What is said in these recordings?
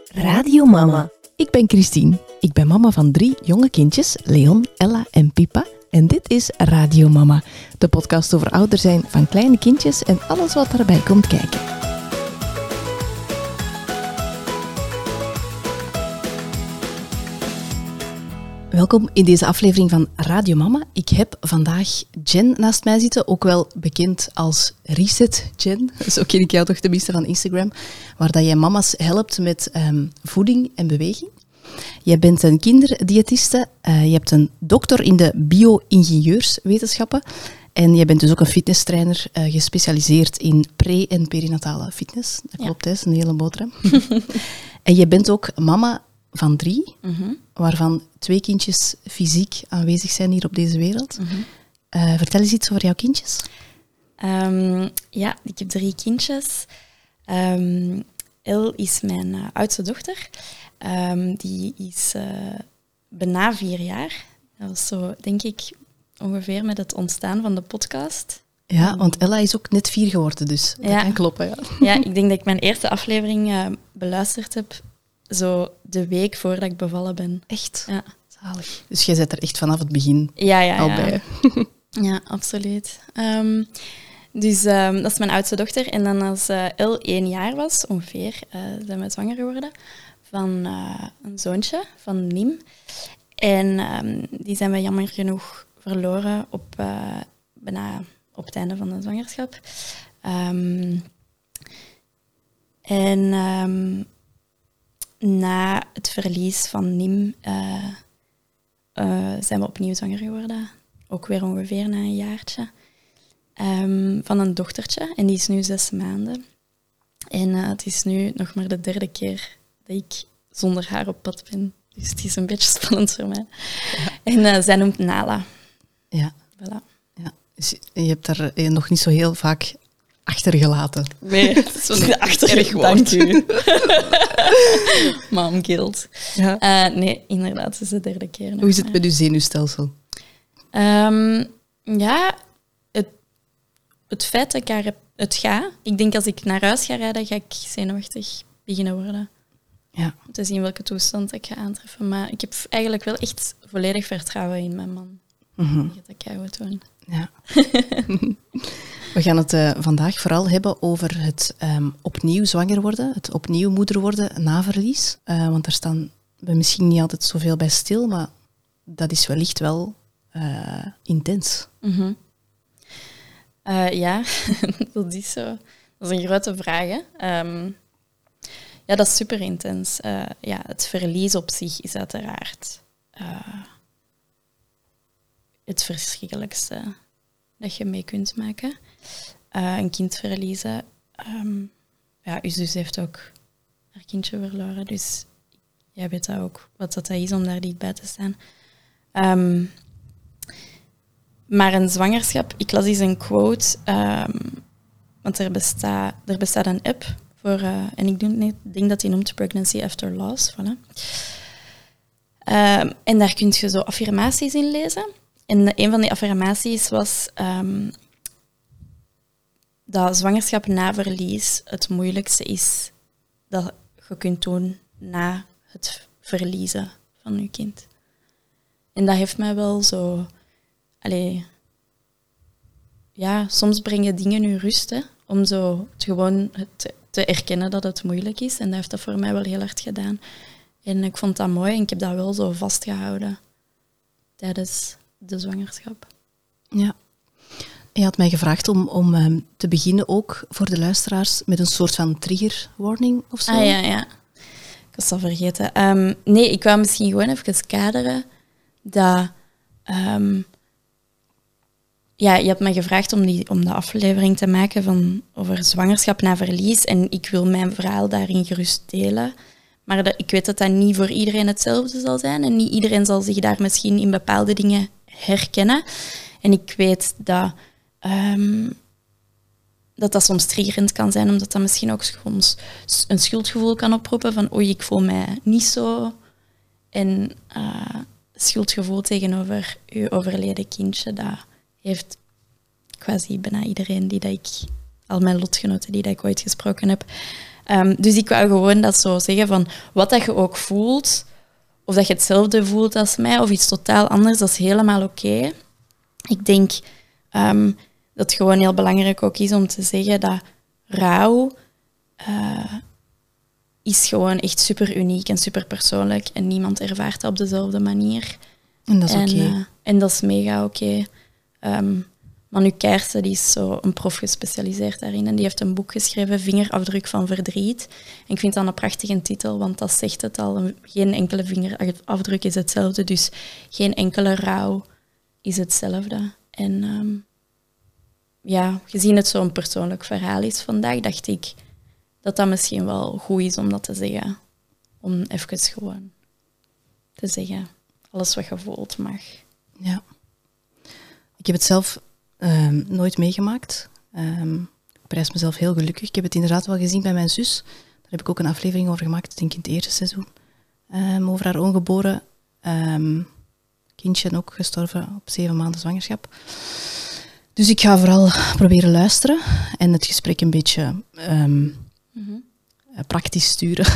Radio Mama. Ik ben Christine. Ik ben mama van 3 jonge kindjes, Leon, Ella en Pippa. En dit is Radio Mama, de podcast over ouder zijn van kleine kindjes en alles wat daarbij komt kijken. Welkom in deze aflevering van Radio Mama. Ik heb vandaag Jen naast mij zitten, ook wel bekend als Reset Jen. Zo ken ik jou toch tenminste van Instagram, waar dat jij mama's helpt met voeding en beweging. Jij bent een kinderdiëtiste, je hebt een doctor in de bio-ingenieurswetenschappen en jij bent dus ook een fitnesstrainer, gespecialiseerd in pre- en perinatale fitness. Dat klopt, hè, dat is een hele boterham. En je bent ook mama van 3, waarvan 2 kindjes fysiek aanwezig zijn hier op deze wereld. Vertel eens iets over jouw kindjes. Ja, ik heb 3 kindjes. El is mijn oudste dochter. Die is bijna 4 jaar. Dat was zo, denk ik, ongeveer met het ontstaan van de podcast. Ja, want Ella is ook net 4 geworden, dus dat kan kloppen. Ja. Ja, ik denk dat ik mijn eerste aflevering beluisterd heb, zo de week voordat ik bevallen ben. Echt? Ja. Zalig. Dus jij zit er echt vanaf het begin al bij. Ja, absoluut. Dus dat is mijn oudste dochter. En dan als El 1 jaar was, ongeveer, zijn we zwanger geworden van een zoontje, van Nim. En die zijn we jammer genoeg verloren bijna op het einde van de zwangerschap. Na het verlies van Nim zijn we opnieuw zwanger geworden. Ook weer ongeveer na een jaartje. Van een dochtertje. En die is nu 6 maanden. En het is nu nog maar de 3e keer dat ik zonder haar op pad ben. Dus het is een beetje spannend voor mij. Ja. En zij noemt Nala. Ja. Voilà. Ja. Dus je hebt daar nog niet zo heel vaak achtergelaten. Nee, het is zo'n erg woord. Dank u. Mom guilt. Ja. Nee, inderdaad, het is de 3e keer. Hoe is het met uw zenuwstelsel? Ja, het feit dat ik het ga. Ik denk als ik naar huis ga rijden, ga ik zenuwachtig beginnen worden. Ja. Om te zien welke toestand ik ga aantreffen. Maar ik heb eigenlijk wel echt volledig vertrouwen in mijn man. Dat kan ik doen. Ja. We gaan het vandaag vooral hebben over het opnieuw zwanger worden, het opnieuw moeder worden na verlies. Want daar staan we misschien niet altijd zoveel bij stil, maar dat is wellicht wel intens. Ja, dat is zo. Dat is een grote vraag, hè. Ja, dat is super intens. Ja, het verlies op zich is uiteraard het verschrikkelijkste dat je mee kunt maken. Een kind verliezen. Ja, uw zus heeft ook haar kindje verloren, dus jij weet dat ook, wat dat is om daar dichtbij te staan. Maar een zwangerschap, ik las eens een quote, want er bestaat een app voor, en ik denk dat die noemt Pregnancy After Loss. Voilà. En daar kun je zo affirmaties in lezen. En een van die affirmaties was dat zwangerschap na verlies het moeilijkste is dat je kunt doen na het verliezen van je kind. En dat heeft mij wel zo... ja, soms brengen dingen je rust, hè, om zo gewoon te erkennen dat het moeilijk is. En dat heeft dat voor mij wel heel hard gedaan. En ik vond dat mooi en ik heb dat wel zo vastgehouden tijdens de zwangerschap. Ja. Je had mij gevraagd om te beginnen ook voor de luisteraars met een soort van trigger warning of zo. Ja. Ik was al vergeten. Nee, ik wou misschien gewoon even kaderen dat... ja, je hebt me gevraagd om de aflevering te maken over zwangerschap na verlies. En ik wil mijn verhaal daarin gerust delen. Maar ik weet dat dat niet voor iedereen hetzelfde zal zijn. En niet iedereen zal zich daar misschien in bepaalde dingen herkennen. En ik weet dat dat soms triggerend kan zijn, omdat dat misschien ook soms een schuldgevoel kan oproepen van oei, ik voel mij niet zo. En schuldgevoel tegenover uw overleden kindje, dat heeft quasi bijna iedereen al mijn lotgenoten die dat ik ooit gesproken heb, Dus ik wou gewoon dat zo zeggen van wat dat je ook voelt, of dat je hetzelfde voelt als mij, of iets totaal anders, dat is helemaal oké. Ik denk dat het gewoon heel belangrijk ook is om te zeggen dat rouw is gewoon echt super uniek en super persoonlijk en niemand ervaart dat op dezelfde manier. En dat is oké. En dat is mega oké. Manu Keijsen, die is zo een prof gespecialiseerd daarin en die heeft een boek geschreven, Vingerafdruk van verdriet. En ik vind dat een prachtige titel, want dat zegt het al. Geen enkele vingerafdruk is hetzelfde, dus geen enkele rouw is hetzelfde. En gezien het zo'n persoonlijk verhaal is vandaag, dacht ik dat dat misschien wel goed is om dat te zeggen. Om even gewoon te zeggen, alles wat je voelt mag. Ja. Ik heb het zelf nooit meegemaakt. Ik prijs mezelf heel gelukkig. Ik heb het inderdaad wel gezien bij mijn zus. Daar heb ik ook een aflevering over gemaakt, denk ik in het eerste seizoen. Over haar ongeboren kindje, ook gestorven op 7 maanden zwangerschap. Dus ik ga vooral proberen luisteren en het gesprek een beetje praktisch sturen.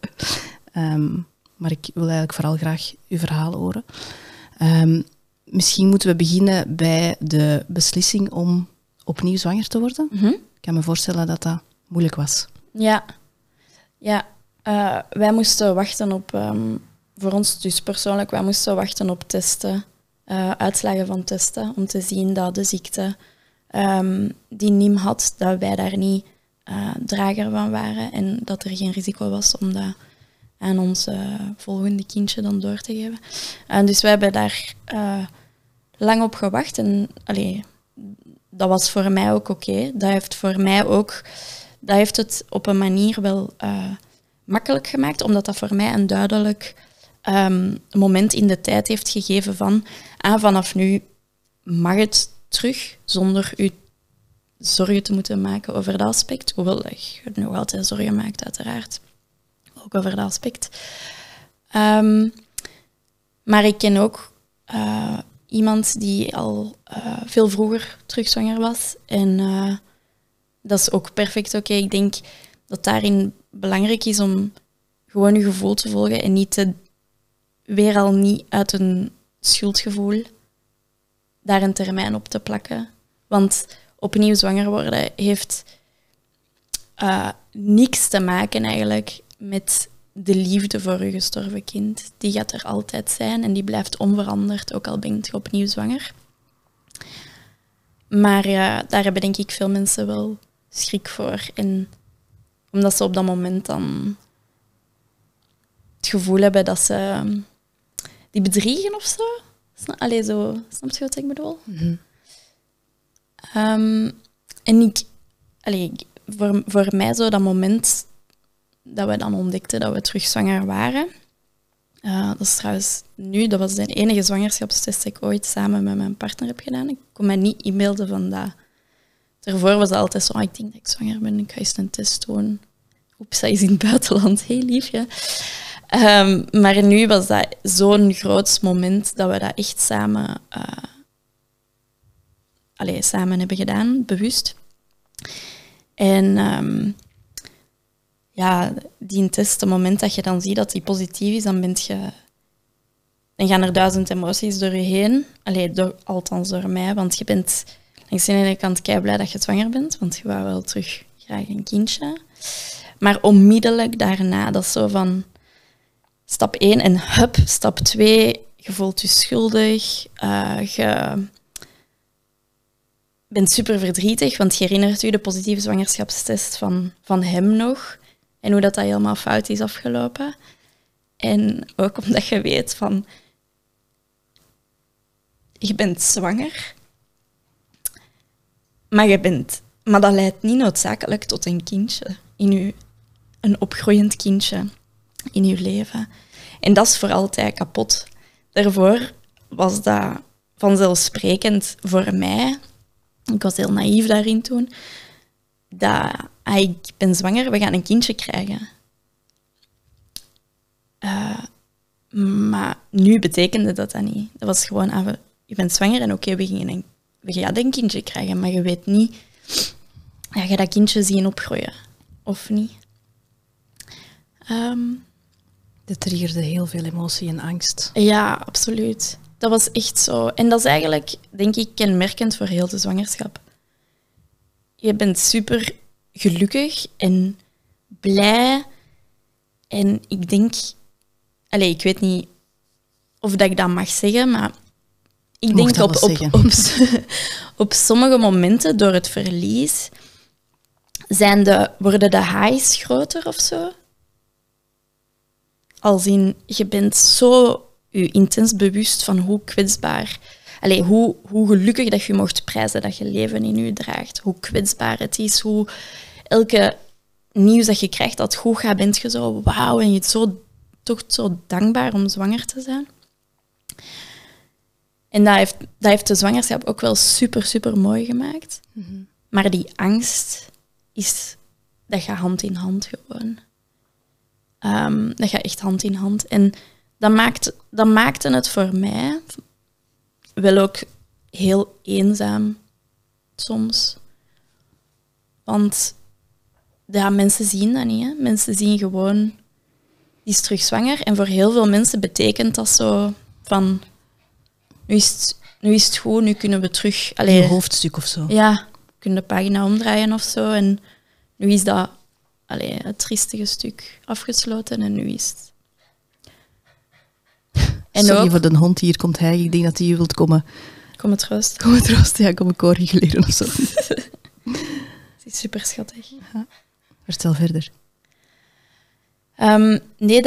Maar ik wil eigenlijk vooral graag uw verhaal horen. Misschien moeten we beginnen bij de beslissing om opnieuw zwanger te worden. Ik kan me voorstellen dat dat moeilijk was. Ja. Wij moesten wachten op, voor ons dus persoonlijk, wij moesten wachten op testen, uitslagen van testen, om te zien dat de ziekte die Niem had, dat wij daar niet drager van waren en dat er geen risico was om dat aan ons volgende kindje dan door te geven. Dus wij hebben daar lang op gewacht en dat was voor mij ook oké. Dat heeft voor mij ook, dat heeft het op een manier wel makkelijk gemaakt, omdat dat voor mij een duidelijk moment in de tijd heeft gegeven van vanaf nu mag het terug, zonder u zorgen te moeten maken over dat aspect. Hoewel je nog altijd zorgen maakt, uiteraard. Ook over dat aspect. Maar ik ken ook iemand die al veel vroeger terugzwanger was. En dat is ook perfect oké. Ik denk dat daarin belangrijk is om gewoon je gevoel te volgen en weer al niet uit een schuldgevoel daar een termijn op te plakken. Want opnieuw zwanger worden heeft niks te maken eigenlijk met de liefde voor je gestorven kind. Die gaat er altijd zijn en die blijft onveranderd, ook al ben je opnieuw zwanger. Maar daar hebben denk ik veel mensen wel schrik voor. En omdat ze op dat moment dan het gevoel hebben dat ze die bedriegen of zo. Snap je wat ik bedoel? Mm-hmm. En voor mij zo dat moment dat we dan ontdekten dat we terug zwanger waren. Dat is trouwens nu, dat was de enige zwangerschapstest die ik ooit samen met mijn partner heb gedaan. Ik kon mij niet e-mailden van dat. Daarvoor was het altijd zo, ik denk dat ik zwanger ben, ik ga eens een test doen. Oeps, dat is in het buitenland, heel liefje. Maar nu was dat zo'n groot moment dat we dat echt samen hebben gedaan, bewust. En die test, het moment dat je dan ziet dat die positief is, dan gaan er 1000 emoties door je heen. Althans door mij, want je bent langs de ene kant keiblij dat je zwanger bent, want je wou wel terug graag een kindje. Maar onmiddellijk daarna, dat is zo van stap 1 en stap 2, je voelt je schuldig, je bent super verdrietig, want je herinnert je de positieve zwangerschapstest van hem nog en hoe dat helemaal fout is afgelopen. En ook omdat je weet van, je bent zwanger, maar dat leidt niet noodzakelijk tot een kindje, een opgroeiend kindje in je leven. En dat is voor altijd kapot. Daarvoor was dat vanzelfsprekend voor mij. Ik was heel naïef daarin toen. Dat ik ben zwanger, we gaan een kindje krijgen. Maar nu betekende dat niet. Dat was gewoon, je bent zwanger en oké, we gaan een kindje krijgen. Maar je weet niet, ga je dat kindje zien opgroeien of niet? Dat triggerde heel veel emotie en angst. Ja, absoluut. Dat was echt zo. En dat is eigenlijk, denk ik, kenmerkend voor heel de zwangerschap. Je bent super gelukkig en blij. En ik denk... ik weet niet of dat ik dat mag zeggen, maar ik denk op sommige momenten door het verlies worden de highs groter of zo. Als in, je bent zo je intens bewust van hoe kwetsbaar... hoe gelukkig dat je mocht prijzen dat je leven in je draagt. Hoe kwetsbaar het is, hoe elke nieuws dat je krijgt dat goed gaat, bent je zo wauw en je bent toch zo dankbaar om zwanger te zijn. En dat heeft de zwangerschap ook wel super, super mooi gemaakt. Mm-hmm. Maar die angst, dat gaat hand in hand gewoon. Dat gaat echt hand in hand. En dat maakte het voor mij wel ook heel eenzaam soms. Want ja, mensen zien dat niet. Hè? Mensen zien gewoon, die is terug zwanger. En voor heel veel mensen betekent dat zo van, nu is het goed, nu kunnen we terug... Een hoofdstuk of zo. Ja, we kunnen de pagina omdraaien of zo. En nu is dat het triestige stuk afgesloten en nu is het... En sorry ook, voor de hond die hier komt hijgen. Ik denk dat hij hier wilt komen. Kom het roost. Kom het roost, ja, kom een koor leren of zo. Het is super schattig. Ja. Vertel verder. Nee,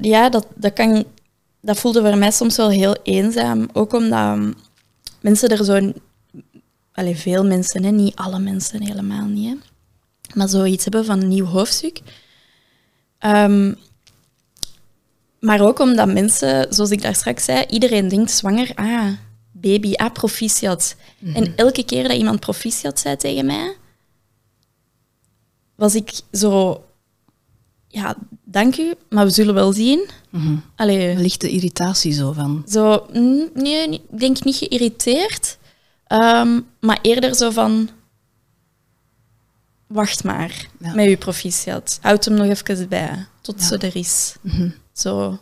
dat voelde voor mij soms wel heel eenzaam. Ook omdat mensen er zo... veel mensen, hè, niet alle mensen, helemaal niet. Hè, maar zoiets hebben van een nieuw hoofdstuk. Maar ook omdat mensen, zoals ik daar straks zei, iedereen denkt zwanger, baby, proficiat. Mm-hmm. En elke keer dat iemand proficiat zei tegen mij, was ik zo... Ja, dank u, maar we zullen wel zien. Mm-hmm. Lichte irritatie zo van... Zo, nee, ik denk niet geïrriteerd, maar eerder zo van... Wacht maar, met uw proficiat. Houd hem nog even bij, tot ze er is. Mm-hmm. Zo...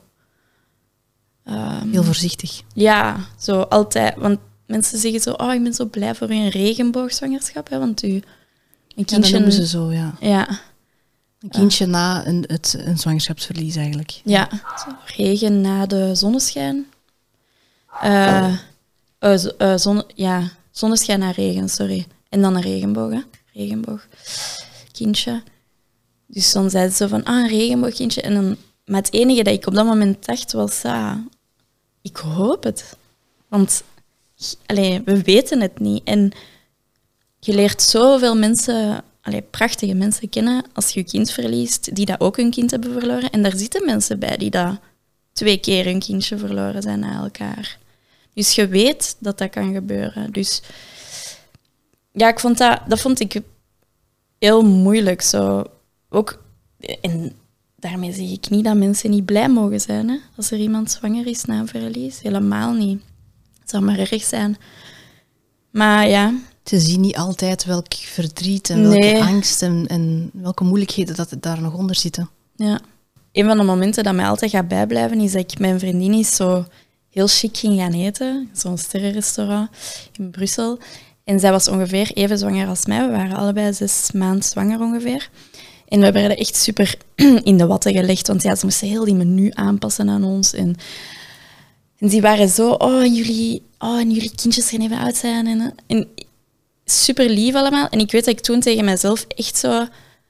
heel voorzichtig. Ja, zo altijd. Want mensen zeggen zo, ik ben zo blij voor een regenboogzwangerschap, hè, want een kindje... Ja, dat noemen ze zo, ja. Ja. Een kindje na een zwangerschapsverlies eigenlijk. Ja, zo, regen na de zonneschijn. Zonneschijn na regen, sorry. En dan een regenboog, hè. Regenboog. Kindje. Dus dan zeiden ze van, een regenboogkindje. En dan, maar het enige dat ik op dat moment dacht was, ik hoop het. Want we weten het niet. En je leert zoveel mensen, prachtige mensen kennen als je je kind verliest, die dat ook hun kind hebben verloren. En daar zitten mensen bij die dat 2 keer hun kindje verloren zijn na elkaar. Dus je weet dat dat kan gebeuren. Dus ja, dat vond ik heel moeilijk. Zo. Ook, en daarmee zeg ik niet dat mensen niet blij mogen zijn, hè, als er iemand zwanger is na een verlies. Helemaal niet. Het zou maar erg zijn. Maar ja... Ze zien niet altijd welk verdriet en welke angst en welke moeilijkheden dat daar nog onder zitten. Ja. Een van de momenten dat mij altijd gaat bijblijven is dat ik mijn vriendin is zo heel chic ging gaan eten. Zo'n sterrenrestaurant in Brussel. En zij was ongeveer even zwanger als mij. We waren allebei 6 maanden zwanger ongeveer. En we werden echt super in de watten gelegd, want ja, ze moesten heel die menu aanpassen aan ons. En die waren zo, en jullie kindjes gaan even oud zijn. En super lief allemaal. En ik weet dat ik toen tegen mezelf echt zo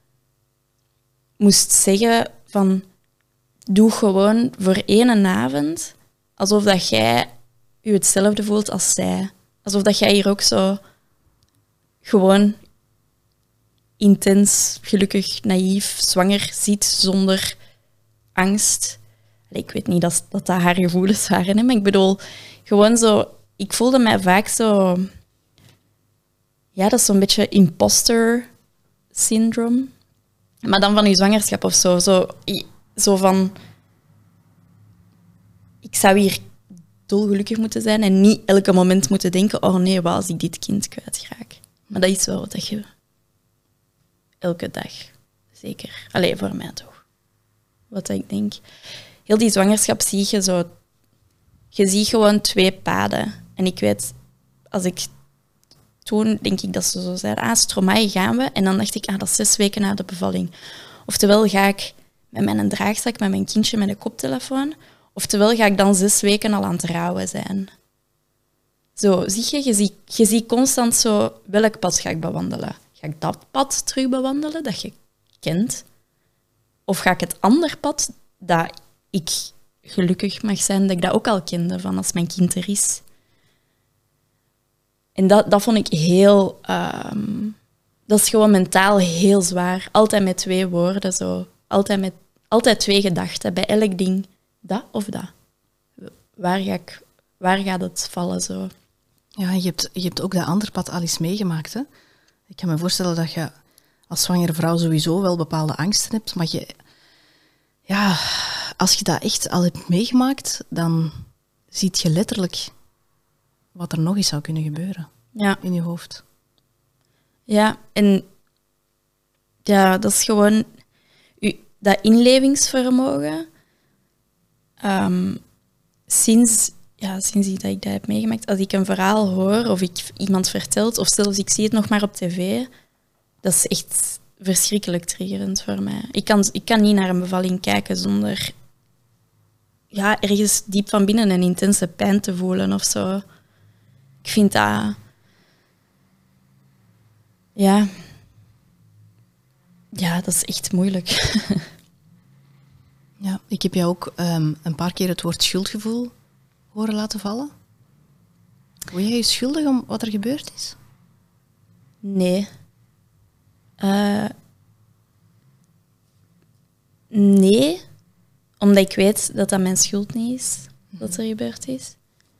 moest zeggen van, doe gewoon voor 1 avond alsof dat jij je hetzelfde voelt als zij. Alsof dat jij hier ook zo gewoon intens, gelukkig, naïef, zwanger ziet zonder angst. Ik weet niet dat haar gevoelens waren, hè, maar ik bedoel, gewoon zo... Ik voelde mij vaak zo... Ja, dat is zo'n beetje imposter syndrome. Maar dan van je zwangerschap of zo. Zo van... Ik zou hier dolgelukkig moeten zijn en niet elke moment moeten denken, oh nee, wat als ik dit kind kwijtraak. Maar dat is wel wat je... Elke dag. Zeker. Voor mij toch. wat ik denk. Heel die zwangerschap zie je zo... Je ziet gewoon 2 paden. En ik weet, als ik... Toen denk ik dat ze zo zeiden, Stromae gaan we. En dan dacht ik, dat is 6 weken na de bevalling. Oftewel ga ik met mijn draagzak, met mijn kindje, met een koptelefoon. Oftewel ga ik dan 6 weken al aan het rouwen zijn. Zo, zie je ziet constant zo, welk pad ga ik bewandelen? Ga ik dat pad terug bewandelen, dat je kent? Of ga ik het andere pad, dat ik gelukkig mag zijn, dat ik dat ook al kende, van als mijn kind er is? En dat vond ik heel... dat is gewoon mentaal heel zwaar. Altijd met 2 woorden, zo. Altijd 2 gedachten, bij elk ding. Dat of dat? Waar gaat het vallen, zo? Ja, je hebt ook dat andere pad al eens meegemaakt, hè? Ik kan me voorstellen dat je als zwangere vrouw sowieso wel bepaalde angsten hebt, maar als je dat echt al hebt meegemaakt, dan ziet je letterlijk wat er nog eens zou kunnen gebeuren in je hoofd. Ja, en ja, dat is gewoon dat inlevingsvermogen. Sinds dat ik dat heb meegemaakt, als ik een verhaal hoor of ik iemand vertelt, of zelfs ik zie het nog maar op tv, dat is echt verschrikkelijk triggerend voor mij. Ik kan niet naar een bevalling kijken zonder ergens diep van binnen een intense pijn te voelen of zo. Ik vind dat... Ja, dat is echt moeilijk. Ja, ik heb jou ook een paar keer het woord schuldgevoel horen laten vallen. Voel jij je schuldig om wat er gebeurd is? Nee. Nee, omdat ik weet dat dat mijn schuld niet is, dat er gebeurd is.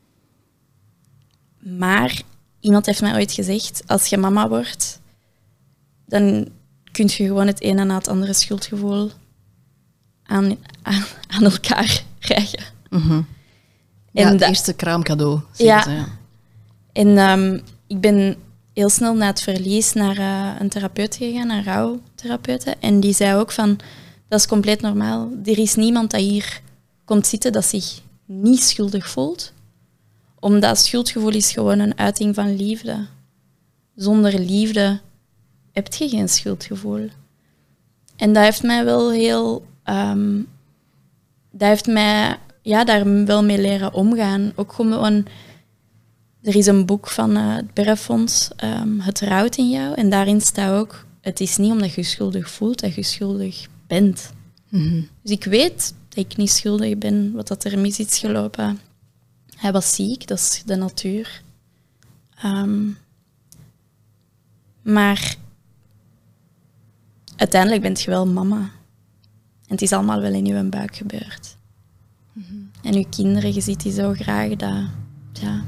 Maar iemand heeft mij ooit gezegd, als je mama wordt, dan kun je gewoon het ene na het andere schuldgevoel aan elkaar krijgen. Mm-hmm. Ja, het eerste kraamcadeau. Ja. En ik ben heel snel na het verlies naar een therapeut gegaan, een rouwtherapeute. En die zei ook van, dat is compleet normaal. Er is niemand dat hier komt zitten dat zich niet schuldig voelt. Omdat schuldgevoel is gewoon een uiting van liefde. Zonder liefde heb je geen schuldgevoel. En dat heeft mij wel heel... dat heeft mij daar wel mee leren omgaan. Ook gewoon... Er is een boek van het Berrefonds, Het rouwt in jou. En daarin staat ook, het is niet omdat je schuldig voelt dat je schuldig bent. Mm-hmm. Dus ik weet dat ik niet schuldig ben, wat dat er mis is gelopen. Hij was ziek, dat is de natuur. Maar uiteindelijk ben je wel mama. En het is allemaal wel in je buik gebeurd. Mm-hmm. En je kinderen, je ziet die zo graag dat... Ja.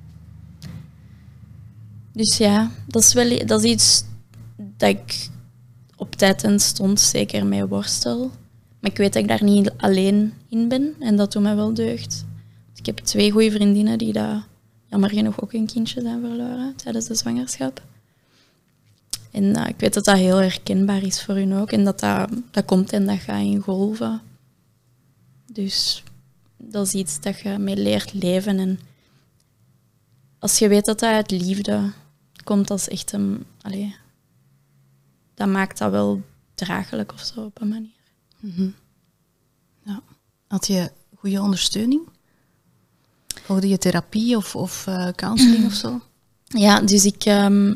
Dus ja, dat is iets dat ik op tijd en stond zeker mee worstel. Maar ik weet dat ik daar niet alleen in ben en dat doet mij wel deugd. Ik heb 2 goede vriendinnen die daar jammer genoeg ook een kindje zijn verloren tijdens de zwangerschap. En ik weet dat dat heel herkenbaar is voor hun ook en dat komt en dat gaat in golven. Dus dat is iets dat je mee leert leven. En als je weet dat dat uit liefde komt, als echt een... dat maakt dat wel draaglijk of zo op een manier. Mm-hmm. Ja. Had je goede ondersteuning? Volgde je therapie of counseling of zo? Ja, dus ik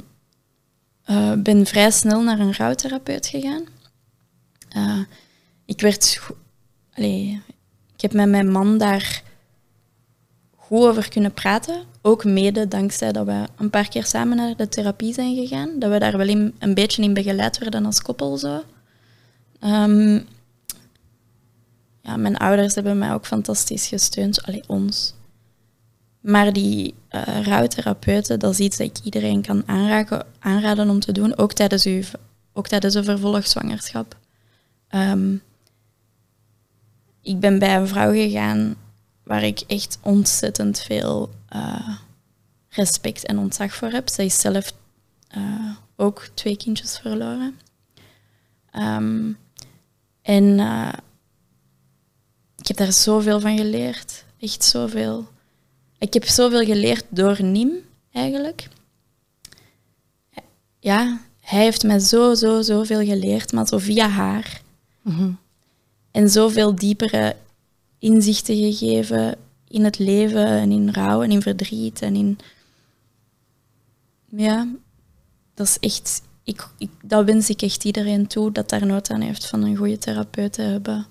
ben vrij snel naar een rouwtherapeut gegaan. Ik heb met mijn man daar goed over kunnen praten. Ook mede dankzij dat we een paar keer samen naar de therapie zijn gegaan. Dat we daar wel een beetje in begeleid werden als koppel. Zo. Mijn ouders hebben mij ook fantastisch gesteund. Ons. Maar die rouwtherapeuten, dat is iets dat ik iedereen kan aanraden om te doen. Ook tijdens een vervolgzwangerschap. Ik ben bij een vrouw gegaan waar ik echt ontzettend veel respect en ontzag voor heb. Zij is zelf ook 2 kindjes verloren. heb daar zoveel van geleerd. Echt zoveel. Ik heb zoveel geleerd door Nim, eigenlijk. Ja, hij heeft mij zoveel geleerd, maar zo via haar. Mhm. En zoveel diepere inzichten gegeven in het leven en in rouw en in verdriet en in... Ja, dat is echt... dat wens ik echt iedereen toe, dat daar nood aan heeft van een goede therapeut te hebben.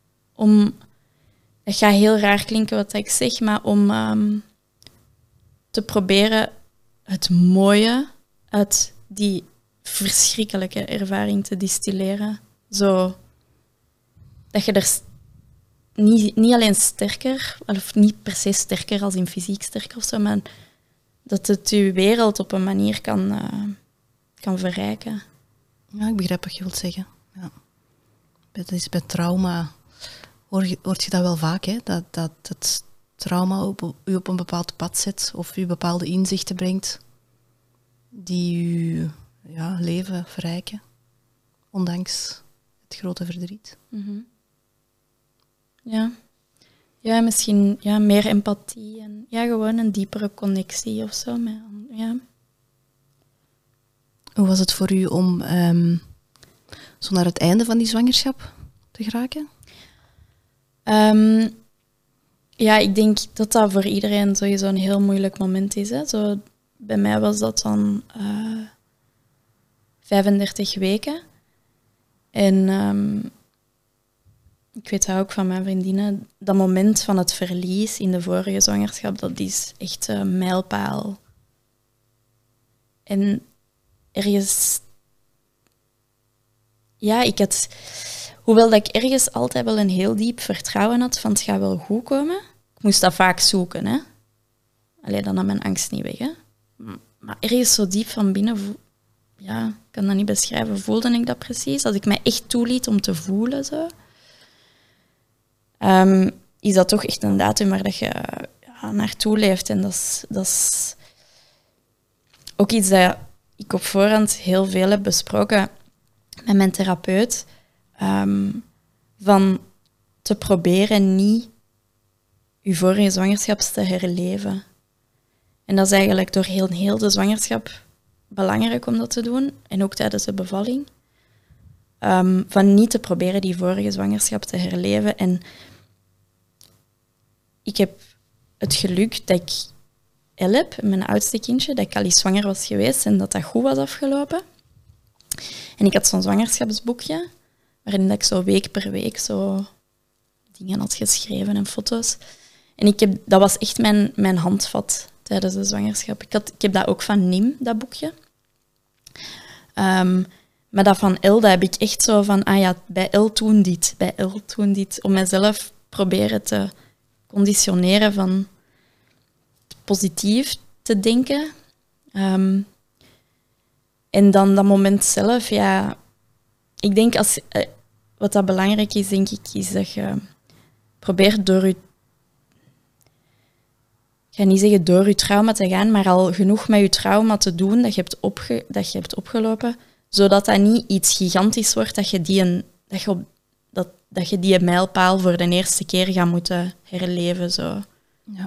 Het gaat heel raar klinken wat ik zeg, maar om te proberen het mooie uit die verschrikkelijke ervaring te distilleren. Zo dat je er niet alleen sterker, of niet per se sterker als in fysiek sterker of zo, maar dat het je wereld op een manier kan verrijken. Ja, ik begrijp wat je wilt zeggen. Ja. Dat is bij trauma, hoort je dat wel vaak, hè? Dat het trauma u op een bepaald pad zet of u bepaalde inzichten brengt die uw leven verrijken, ondanks het grote verdriet. Mm-hmm. Ja, misschien meer empathie en gewoon een diepere connectie of zo. Ja. Hoe was het voor u om zo naar het einde van die zwangerschap te geraken? Ik denk dat dat voor iedereen sowieso een heel moeilijk moment is. Hè. Zo, bij mij was dat dan 35 weken. En ik weet dat ook van mijn vriendinnen. Dat moment van het verlies in de vorige zwangerschap, dat is echt een mijlpaal. En ergens... Ja, hoewel dat ik ergens altijd wel een heel diep vertrouwen had van het gaat wel goed komen. Ik moest dat vaak zoeken, hè. Alleen dan nam mijn angst niet weg, hè. Maar ergens zo diep van binnen, ik kan dat niet beschrijven, voelde ik dat precies. Als ik mij echt toeliet om te voelen, zo. Is dat toch echt een datum waar dat je naartoe leeft. En dat is ook iets dat ik op voorhand heel veel heb besproken met mijn therapeut. Van te proberen niet je vorige zwangerschap te herleven. En dat is eigenlijk door heel de zwangerschap belangrijk om dat te doen. En ook tijdens de bevalling. Van niet te proberen die vorige zwangerschap te herleven. En ik heb het geluk dat ik Elle heb, mijn oudste kindje, dat ik al eens zwanger was geweest en dat goed was afgelopen. En ik had zo'n zwangerschapsboekje, waarin ik zo week per week zo dingen had geschreven en foto's. En dat was echt mijn handvat tijdens de zwangerschap. Ik heb dat ook van Nim, dat boekje. Maar dat van Elle, dat heb ik echt zo van, bij Elle toen dit, bij Elle toen dit. Om mezelf proberen te conditioneren van positief te denken. En dan dat moment zelf, ik denk wat dat belangrijk is, denk ik, is dat je probeert door je... Ik ga niet zeggen door je trauma te gaan, maar al genoeg met je trauma te doen dat je hebt opgelopen, zodat dat niet iets gigantisch wordt dat je die mijlpaal voor de eerste keer gaat moeten herleven. Zo. Ja.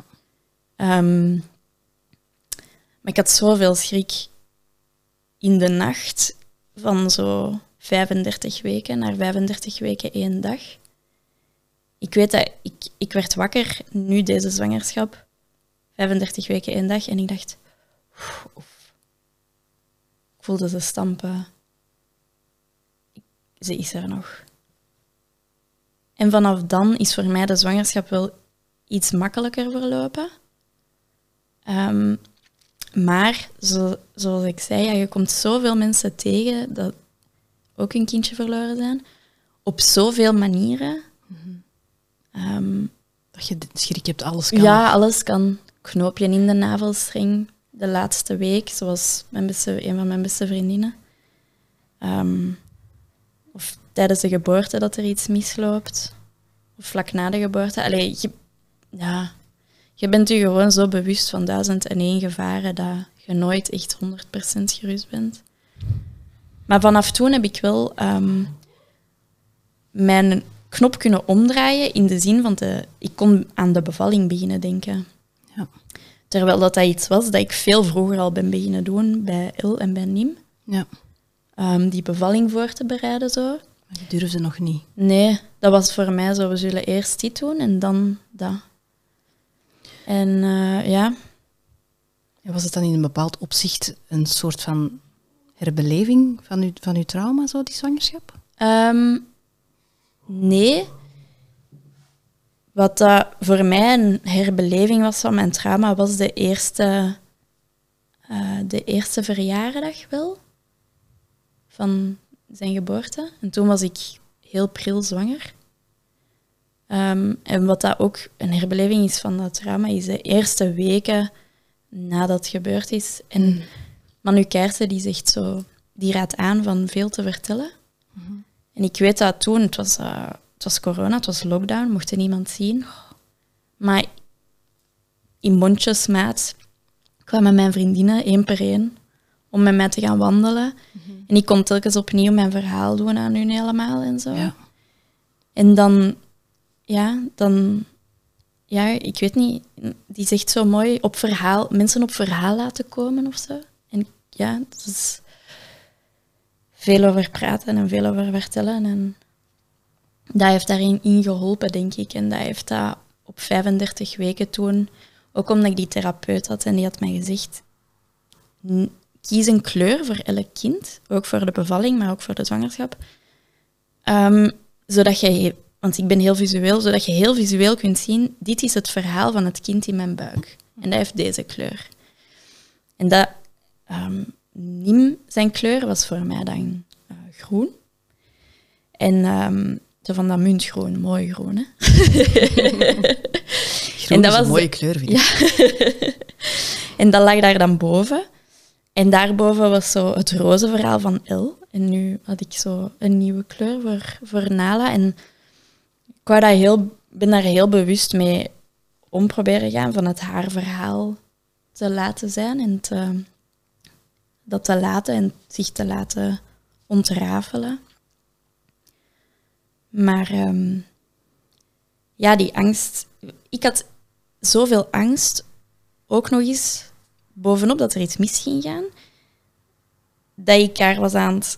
Maar ik had zoveel schrik in de nacht van zo 35 weken naar 35 weken 1 dag. Ik weet dat ik werd wakker nu deze zwangerschap, 35 weken 1 dag, en ik dacht, ik voelde ze stampen. Ze is er nog. En vanaf dan is voor mij de zwangerschap wel iets makkelijker verlopen. Maar, zoals ik zei, je komt zoveel mensen tegen dat ook een kindje verloren zijn. Op zoveel manieren. Dat je schrik hebt, alles kan. Ja, alles kan. Knoopje in de navelstreng de laatste week, zoals een van mijn beste vriendinnen. Of tijdens de geboorte dat er iets misloopt. Of vlak na de geboorte. Allee, je bent je gewoon zo bewust van 1001 gevaren dat je nooit echt 100% gerust bent. Maar vanaf toen heb ik wel mijn knop kunnen omdraaien in de zin van ik kon aan de bevalling beginnen denken. Ja. Terwijl dat iets was dat ik veel vroeger al ben beginnen doen bij Il en bij Niem. Ja. Die bevalling voor te bereiden zo. Maar je durfde nog niet. Nee, dat was voor mij zo, we zullen eerst dit doen en dan dat. En ja. Ja, was het dan in een bepaald opzicht een soort van herbeleving van uw trauma, zo, die zwangerschap? Nee. Wat dat voor mij een herbeleving was van mijn trauma, was de eerste verjaardag wel van zijn geboorte. En toen was ik heel pril zwanger. En wat dat ook een herbeleving is van dat trauma, is de eerste weken nadat het gebeurd is. En Manu Keijsen, die zegt zo, die raadt aan van veel te vertellen. Mm-hmm. En ik weet dat toen, het was corona, het was lockdown, mocht er niemand zien. Maar in mondjesmaat kwamen mijn vriendinnen 1 per 1 om met mij te gaan wandelen. Mm-hmm. En ik kon telkens opnieuw mijn verhaal doen aan hun helemaal en zo. Ja. En dan, ik weet niet, die zegt zo mooi, mensen op verhaal laten komen of zo. En ja, dat is veel over praten en veel over vertellen. En dat heeft daarin geholpen, denk ik. En dat heeft dat op 35 weken toen, ook omdat ik die therapeut had en die had mij gezegd, kies een kleur voor elk kind, ook voor de bevalling, maar ook voor de zwangerschap. Zodat je, want ik ben heel visueel, zodat je heel visueel kunt zien, dit is het verhaal van het kind in mijn buik. En dat heeft deze kleur. En dat, Niem, zijn kleur, was voor mij dan groen. En zo van dat muntgroen, mooi groen, hè. Groen en dat is een mooie kleur, vind ik. Ja. En dat lag daar dan boven. En daarboven was zo het roze verhaal van Il. En nu had ik zo een nieuwe kleur voor Nala. En ik ben daar heel bewust mee om proberen gaan van het haar verhaal te laten zijn. En dat te laten en zich te laten ontrafelen. Maar die angst... Ik had zoveel angst, ook nog eens bovenop dat er iets mis ging gaan, dat ik haar was aan het...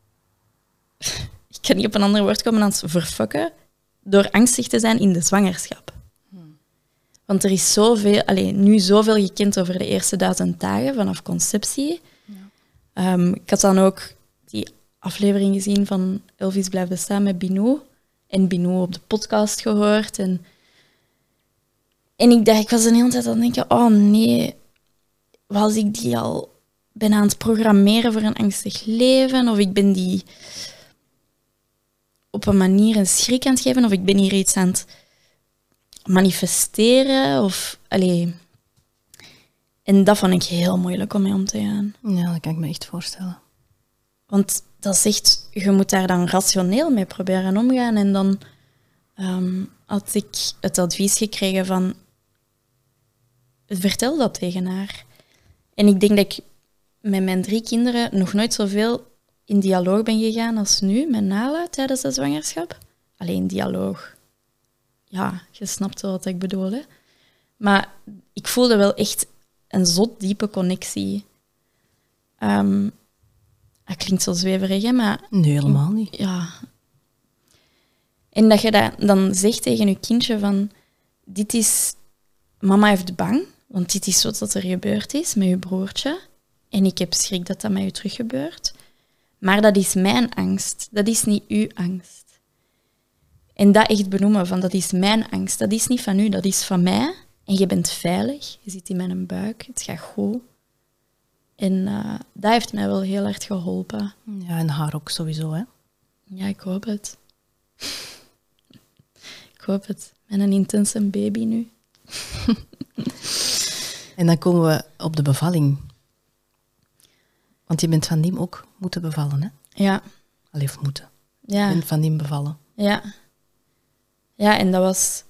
Ik kan niet op een ander woord komen dan het verfokken, door angstig te zijn in de zwangerschap. Want er is nu zoveel gekend over de eerste 1000 dagen vanaf conceptie. Ja. Ik had dan ook die aflevering gezien van Elvis blijft bestaan met Binou. En Binou op de podcast gehoord. En ik was de hele tijd aan het denken, oh nee, was ik die al ben aan het programmeren voor een angstig leven? Of ik ben die op een manier een schrik aan het geven? Of ik ben hier iets aan het manifesteren? En dat vond ik heel moeilijk om mee om te gaan. Ja, dat kan ik me echt voorstellen. Want dat is echt, je moet daar dan rationeel mee proberen omgaan. En dan had ik het advies gekregen van, vertel dat tegen haar. En ik denk dat ik met mijn 3 kinderen nog nooit zoveel in dialoog ben gegaan als nu met Nala tijdens de zwangerschap. Alleen dialoog. Ja, je snapt wel wat ik bedoel, hè. Maar ik voelde wel echt een zot diepe connectie. Dat klinkt zo zweverig, hè, maar... Nee, helemaal niet. Ja. En dat je dat dan zegt tegen je kindje van... Dit is... Mama heeft bang, want dit is wat er gebeurd is met je broertje. En ik heb schrik dat dat met je terug gebeurt. Maar dat is mijn angst. Dat is niet uw angst. En dat echt benoemen van, dat is mijn angst. Dat is niet van u, dat is van mij. En je bent veilig. Je zit in mijn buik. Het gaat goed. En dat heeft mij wel heel hard geholpen. Ja, en haar ook sowieso, hè? Ja, ik hoop het. Ik hoop het. Met een intense baby nu. En dan komen we op de bevalling. Want je bent van Niem ook moeten bevallen, hè? Ja. Allee, of moeten. Ja. Je bent van Niem bevallen. Ja. Ja, en dat was...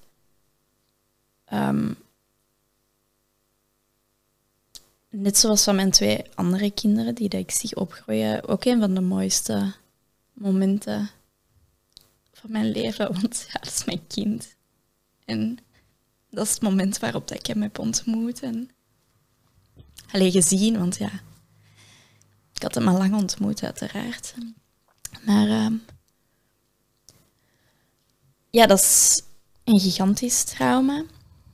net zoals van mijn 2 andere kinderen die dat ik zie opgroeien, ook een van de mooiste momenten van mijn leven, want ja, dat is mijn kind. En dat is het moment waarop dat ik hem heb ontmoet. En gezien, want ja, ik had hem al lang ontmoet, uiteraard. Maar ja, dat is een gigantisch trauma.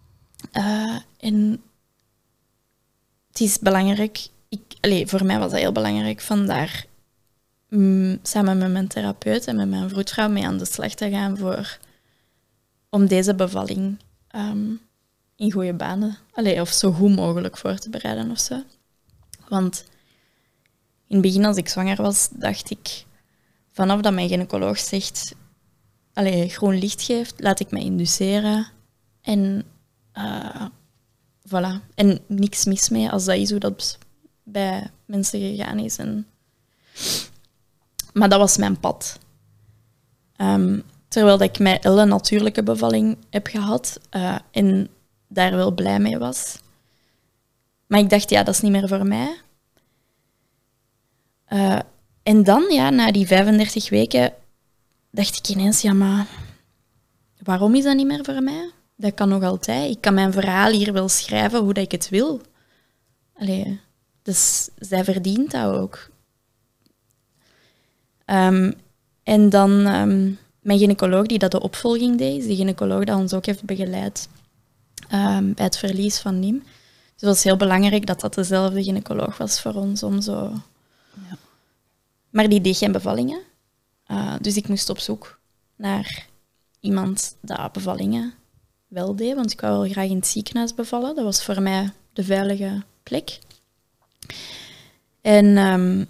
En het is belangrijk, voor mij was dat heel belangrijk, vandaar samen met mijn therapeut en met mijn vroedvrouw mee aan de slag te gaan om deze bevalling in goede banen, of zo goed mogelijk voor te bereiden of zo. Want in het begin, als ik zwanger was, dacht ik, vanaf dat mijn gynaecoloog zegt, groen licht geeft, laat ik me induceren. En voilà. En niks mis mee als dat is hoe dat bij mensen gegaan is. Maar dat was mijn pad. Terwijl dat ik met een natuurlijke bevalling heb gehad en daar wel blij mee was. Maar ik dacht, ja, dat is niet meer voor mij. En dan, ja, na die 35 weken, dacht ik ineens, ja, maar waarom is dat niet meer voor mij? Dat kan nog altijd. Ik kan mijn verhaal hier wel schrijven hoe dat ik het wil. Dus zij verdient dat ook. En dan mijn gynaecoloog die dat de opvolging deed, die gynaecoloog dat ons ook heeft begeleid bij het verlies van Niem. Dus het was heel belangrijk dat dat dezelfde gynaecoloog was voor ons om zo... Ja. Maar die deed geen bevallingen. Dus ik moest op zoek naar iemand dat bevallingen wel deed, want ik wou wel graag in het ziekenhuis bevallen. Dat was voor mij de veilige plek. En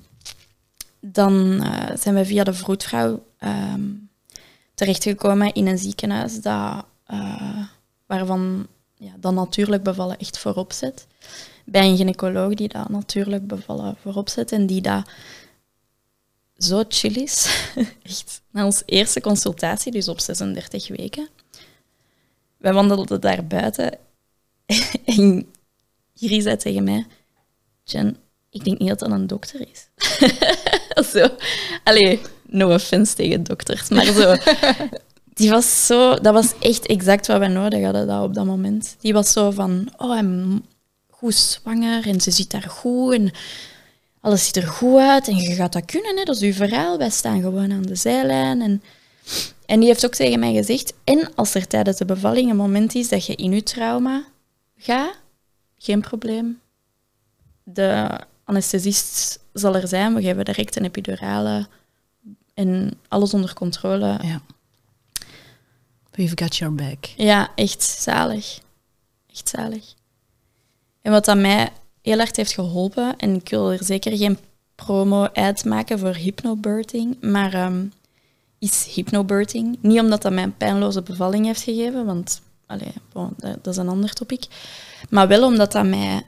dan zijn we via de vroedvrouw terechtgekomen in een ziekenhuis waarvan dat natuurlijk bevallen echt voorop zet. Bij een gynaecoloog die dat natuurlijk bevallen voorop zet en die dat zo chill is. Echt. Na onze eerste consultatie, dus op 36 weken. Wij wandelden daar buiten en Giri zei tegen mij, Jen, ik denk niet dat dat een dokter is. Zo. No offense tegen dokters, maar zo. Dat was echt exact wat wij nodig hadden op dat moment. Die was zo van, I'm goed zwanger en ze zit daar goed en alles ziet er goed uit en je gaat dat kunnen, hè? Dat is uw verhaal. Wij staan gewoon aan de zijlijn. En die heeft ook tegen mij gezegd, en als er tijdens de bevalling een moment is dat je in je trauma gaat, geen probleem. De anesthesist zal er zijn, we geven direct een epidurale en alles onder controle. Ja. We've got your back. Ja, echt zalig. Echt zalig. En wat aan mij heel hard heeft geholpen, en ik wil er zeker geen promo uitmaken voor hypnobirthing, maar is hypnobirthing. Niet omdat dat mij een pijnloze bevalling heeft gegeven, want dat is een ander topic, maar wel omdat dat mij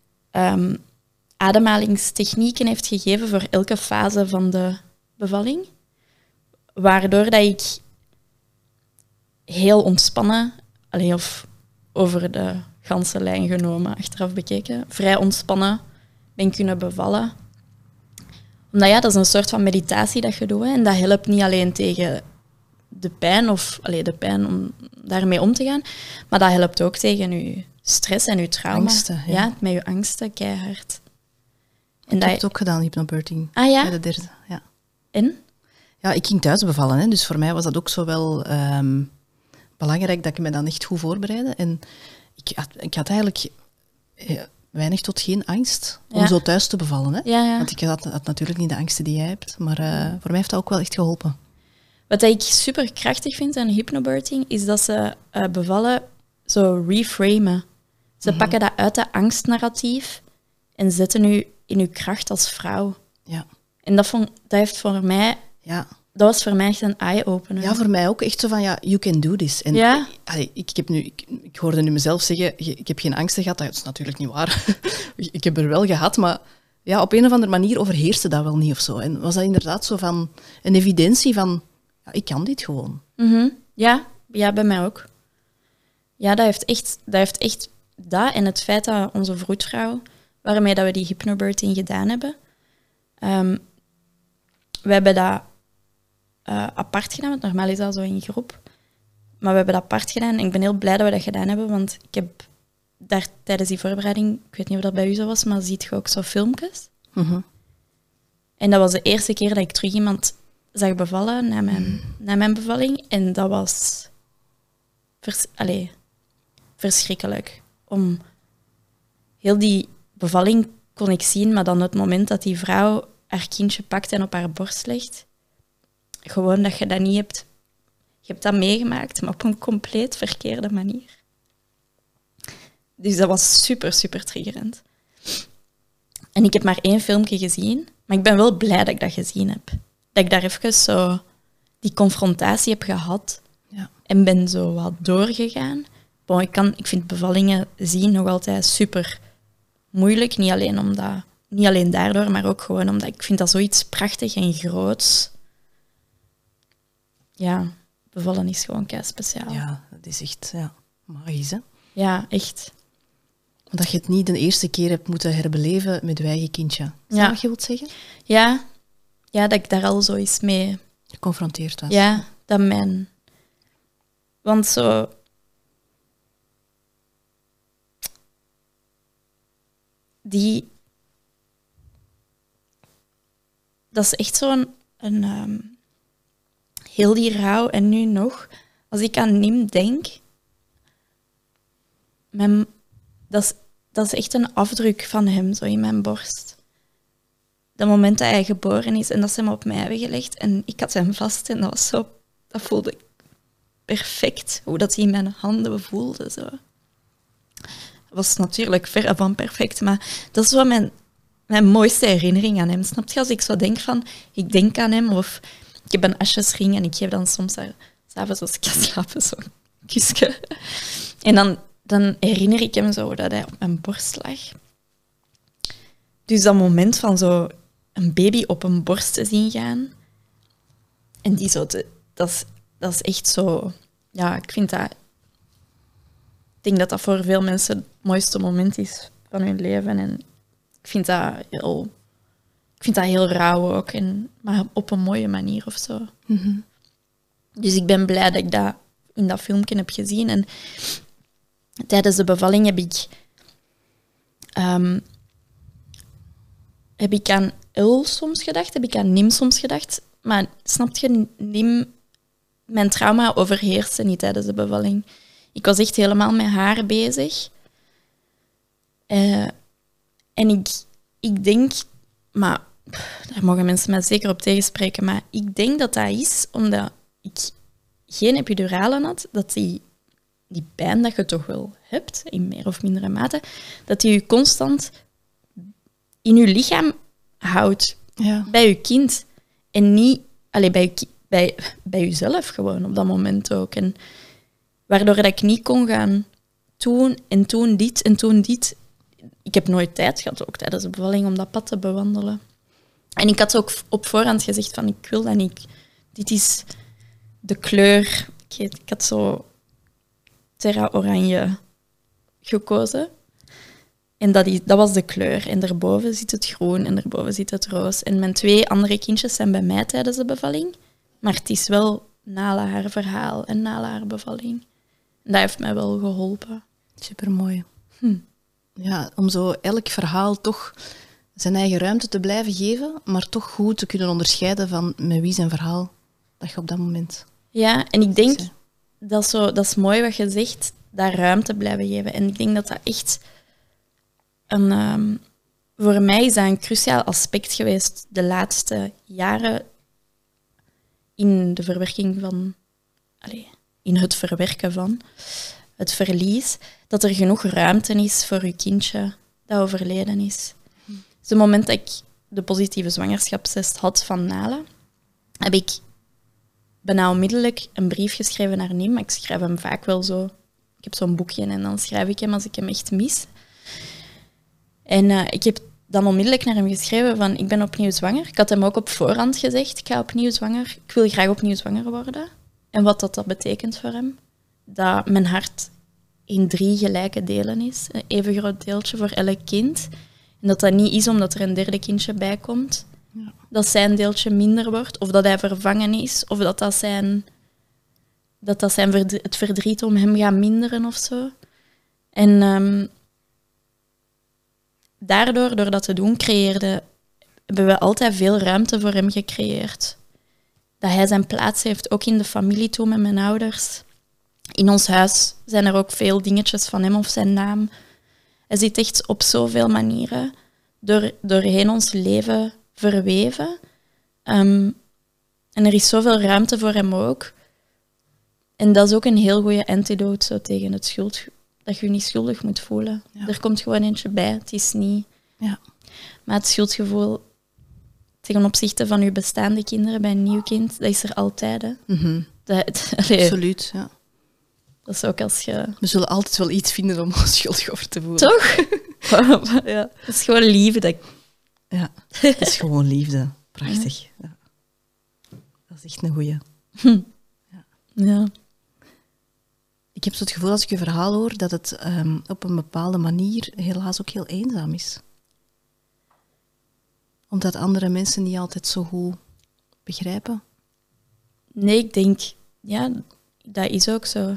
ademhalingstechnieken heeft gegeven voor elke fase van de bevalling, waardoor dat ik heel ontspannen, of over de ganse lijn genomen, achteraf bekeken, vrij ontspannen ben kunnen bevallen. Omdat dat is een soort van meditatie dat je doet. Hè, en dat helpt niet alleen tegen de pijn, de pijn om daarmee om te gaan, maar dat helpt ook tegen je stress en je trauma. Angsten, ja. Met je angsten, keihard. En ik heb het ook gedaan, hypnobirthing. Ah ja? Bij de derde, ja. En? Ja, ik ging thuis bevallen, hè, dus voor mij was dat ook zo wel belangrijk dat ik me dan echt goed voorbereidde. En ik had eigenlijk weinig tot geen angst om zo thuis te bevallen. Hè? Ja. Want ik had natuurlijk niet de angsten die jij hebt, maar voor mij heeft dat ook wel echt geholpen. Wat ik super krachtig vind aan hypnobirthing, is dat ze bevallen zo reframen. Ze pakken dat uit de angstnarratief en zetten u in uw kracht als vrouw. Ja. En dat heeft voor mij... Ja. Dat was voor mij echt een eye-opener. Ja, voor mij ook. Echt zo van, you can do this. En ja? Ik hoorde nu mezelf zeggen, ik heb geen angsten gehad. Dat is natuurlijk niet waar. Ik heb er wel gehad, maar ja, op een of andere manier overheerste dat wel niet of zo. En was dat inderdaad zo van een evidentie van, ik kan dit gewoon. Mm-hmm. Ja, bij mij ook. Ja, dat heeft echt dat en het feit dat onze vroedvrouw, waarmee dat we die hypnobirthing gedaan hebben, we hebben dat apart gedaan, want normaal is dat zo in groep. Maar we hebben dat apart gedaan en ik ben heel blij dat we dat gedaan hebben, want ik heb daar tijdens die voorbereiding, ik weet niet of dat bij u zo was, maar ziet je ook zo filmpjes. Mhm. En dat was de eerste keer dat ik terug iemand zag bevallen na mijn bevalling. En dat was verschrikkelijk. Om heel die bevalling kon ik zien, maar dan het moment dat die vrouw haar kindje pakt en op haar borst legt, gewoon dat je dat niet hebt. Je hebt dat meegemaakt, maar op een compleet verkeerde manier. Dus dat was super, super triggerend. En ik heb maar 1 filmpje gezien, maar ik ben wel blij dat ik dat gezien heb. Dat ik daar even zo die confrontatie heb gehad en ben zo wat doorgegaan. Bon, ik vind bevallingen zien nog altijd super moeilijk, niet alleen daardoor, maar ook gewoon omdat ik vind dat zoiets prachtig en groots. Ja, bevallen is gewoon kei speciaal. Ja, dat is echt magisch, hè? Ja, echt. Dat je het niet de eerste keer hebt moeten herbeleven met je eigen kindje. Is dat wat je wilt zeggen? Ja, dat ik daar al zo eens mee geconfronteerd was. Ja, dat mijn... Want zo... Dat is echt zo'n... heel die rouw. En nu nog, als ik aan Nim denk... Dat is echt een afdruk van hem, zo in mijn borst. Dat moment dat hij geboren is en dat ze hem op mij hebben gelegd. En ik had hem vast en dat voelde ik perfect. Hoe dat hij in mijn handen voelde. Zo. Dat was natuurlijk verre van perfect, maar dat is wel mijn mooiste herinnering aan hem. Snap je? Als ik zo denk van, ik denk aan hem, of ik heb een asjesring en ik geef dan soms haar, 's avonds als ik ga slapen, zo'n kusje. En dan herinner ik hem zo dat hij op mijn borst lag. Dus dat moment van zo een baby op een borst te zien gaan. En die zo dat is echt zo... Ja, ik vind dat... Ik denk dat dat voor veel mensen het mooiste moment is van hun leven. En ik vind dat heel rauw ook. Maar op een mooie manier of zo. Mm-hmm. Dus ik ben blij dat ik dat in dat filmpje heb gezien. En tijdens de bevalling heb ik aan Il soms gedacht, heb ik aan Nim soms gedacht. Maar snap je, Nim, mijn trauma overheerste niet tijdens de bevalling. Ik was echt helemaal met haar bezig. En ik denk, maar daar mogen mensen mij zeker op tegenspreken, maar ik denk dat dat is omdat ik geen epiduralen had, dat die pijn dat je toch wel hebt, in meer of mindere mate, dat die je constant in je lichaam houdt. Ja. Bij je kind. En niet bij jezelf gewoon op dat moment ook. En waardoor dat ik niet kon gaan toen dit en toen dit. Ik heb nooit tijd gehad, ook tijdens de bevalling, om dat pad te bewandelen. En ik had ook op voorhand gezegd van, ik wil dat niet. Dit is de kleur. Ik had zo terra oranje gekozen. En dat was de kleur. En daarboven zit het groen en daarboven zit het roos. En mijn 2 andere kindjes zijn bij mij tijdens de bevalling. Maar het is wel Nala haar verhaal en Nala haar bevalling. En dat heeft mij wel geholpen. Supermooi. Ja, om zo elk verhaal toch zijn eigen ruimte te blijven geven, maar toch goed te kunnen onderscheiden van met wie zijn verhaal dat je op dat moment... Ja, en ik denk, dat is mooi wat je zegt, daar ruimte blijven geven. En ik denk dat dat echt... voor mij is dat een cruciaal aspect geweest de laatste jaren in de verwerking van... in het verwerken van het verlies, dat er genoeg ruimte is voor je kindje dat overleden is. Dus op het moment dat ik de positieve zwangerschapstest had van Nala, heb ik bijna onmiddellijk een brief geschreven naar Nim. Maar ik schrijf hem vaak wel zo. Ik heb zo'n boekje en dan schrijf ik hem als ik hem echt mis. En ik heb dan onmiddellijk naar hem geschreven van, ik ben opnieuw zwanger. Ik had hem ook op voorhand gezegd, ik ga opnieuw zwanger. Ik wil graag opnieuw zwanger worden. En wat dat betekent voor hem. Dat mijn hart in 3 gelijke delen is. Een even groot deeltje voor elk kind. En dat niet is omdat er een 3e kindje bij komt. Dat zijn deeltje minder wordt, of dat hij vervangen is, of dat het verdriet om hem gaat minderen of zo. En daardoor, door dat te doen, hebben we altijd veel ruimte voor hem gecreëerd. Dat hij zijn plaats heeft, ook in de familie toe met mijn ouders. In ons huis zijn er ook veel dingetjes van hem of zijn naam. Hij zit echt op zoveel manieren doorheen ons leven verweven. En er is zoveel ruimte voor hem ook. En dat is ook een heel goede antidote zo tegen het schuld, dat je je niet schuldig moet voelen. Ja. Er komt gewoon eentje bij, het is niet... Ja. Maar het schuldgevoel ten opzichte van je bestaande kinderen bij een nieuw kind, dat is er altijd. Hè. Mm-hmm. Absoluut, ja. Dat is ook als je... We zullen altijd wel iets vinden om ons schuldig over te voelen. Toch? Ja. Het is gewoon liefde. Ja, het is gewoon liefde. Prachtig. Ja. Dat is echt een goeie. Ja. Ik heb zo het gevoel als ik je verhaal hoor dat het op een bepaalde manier helaas ook heel eenzaam is. Omdat andere mensen niet altijd zo goed begrijpen. Nee, ik denk, ja, dat is ook zo.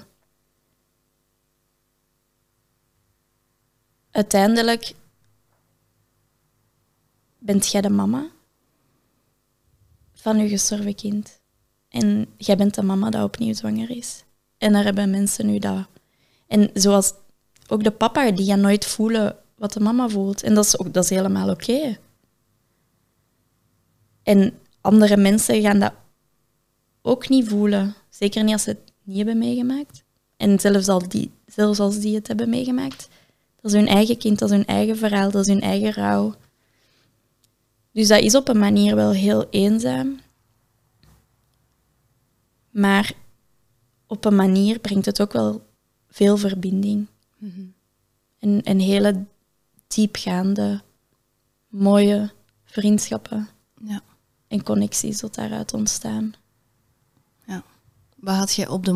Uiteindelijk bent jij de mama van je gestorven kind. En jij bent de mama die opnieuw zwanger is. En daar hebben mensen nu dat. En zoals ook de papa, die gaan nooit voelen wat de mama voelt. En dat is helemaal oké. En andere mensen gaan dat ook niet voelen. Zeker niet als ze het niet hebben meegemaakt. En zelfs als die het hebben meegemaakt. Dat is hun eigen kind, dat is hun eigen verhaal, dat is hun eigen rouw. Dus dat is op een manier wel heel eenzaam. Maar op een manier brengt het ook wel veel verbinding. Mm-hmm. En hele diepgaande, mooie vriendschappen en connecties dat daaruit ontstaan. Ja. Wat had jij op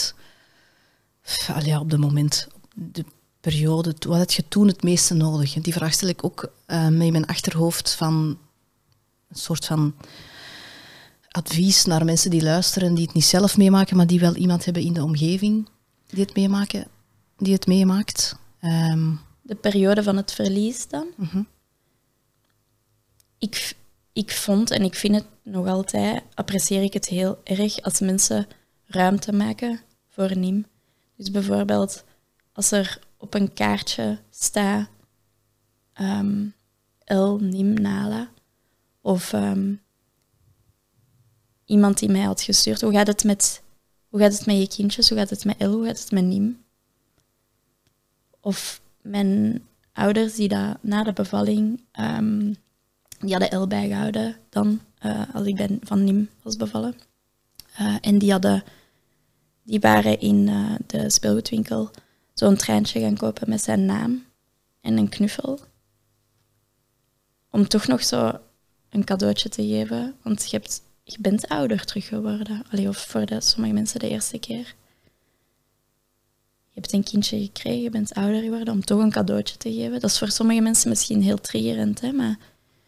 de periode, wat had je toen het meeste nodig? Die vraag stel ik ook met mijn achterhoofd van een soort van advies naar mensen die luisteren, die het niet zelf meemaken, maar die wel iemand hebben in de omgeving die het meemaakt. De periode van het verlies dan? Mm-hmm. Ik vond, en ik vind het nog altijd, apprecieer ik het heel erg als mensen ruimte maken voor Nim. Dus bijvoorbeeld als er op een kaartje staat El Nim Nala, of iemand die mij had gestuurd, hoe gaat het met je kindjes, hoe gaat het met El, hoe gaat het met Nim? Of mijn ouders die na de bevalling, die hadden El bijgehouden dan, als ik van Nim was bevallen. En die waren in de speelgoedwinkel zo'n treintje gaan kopen met zijn naam en een knuffel. Om toch nog zo een cadeautje te geven. Want je bent ouder terug geworden. Allee, of voor sommige mensen de eerste keer. Je hebt een kindje gekregen, je bent ouder geworden, om toch een cadeautje te geven. Dat is voor sommige mensen misschien heel triggerend, hè, maar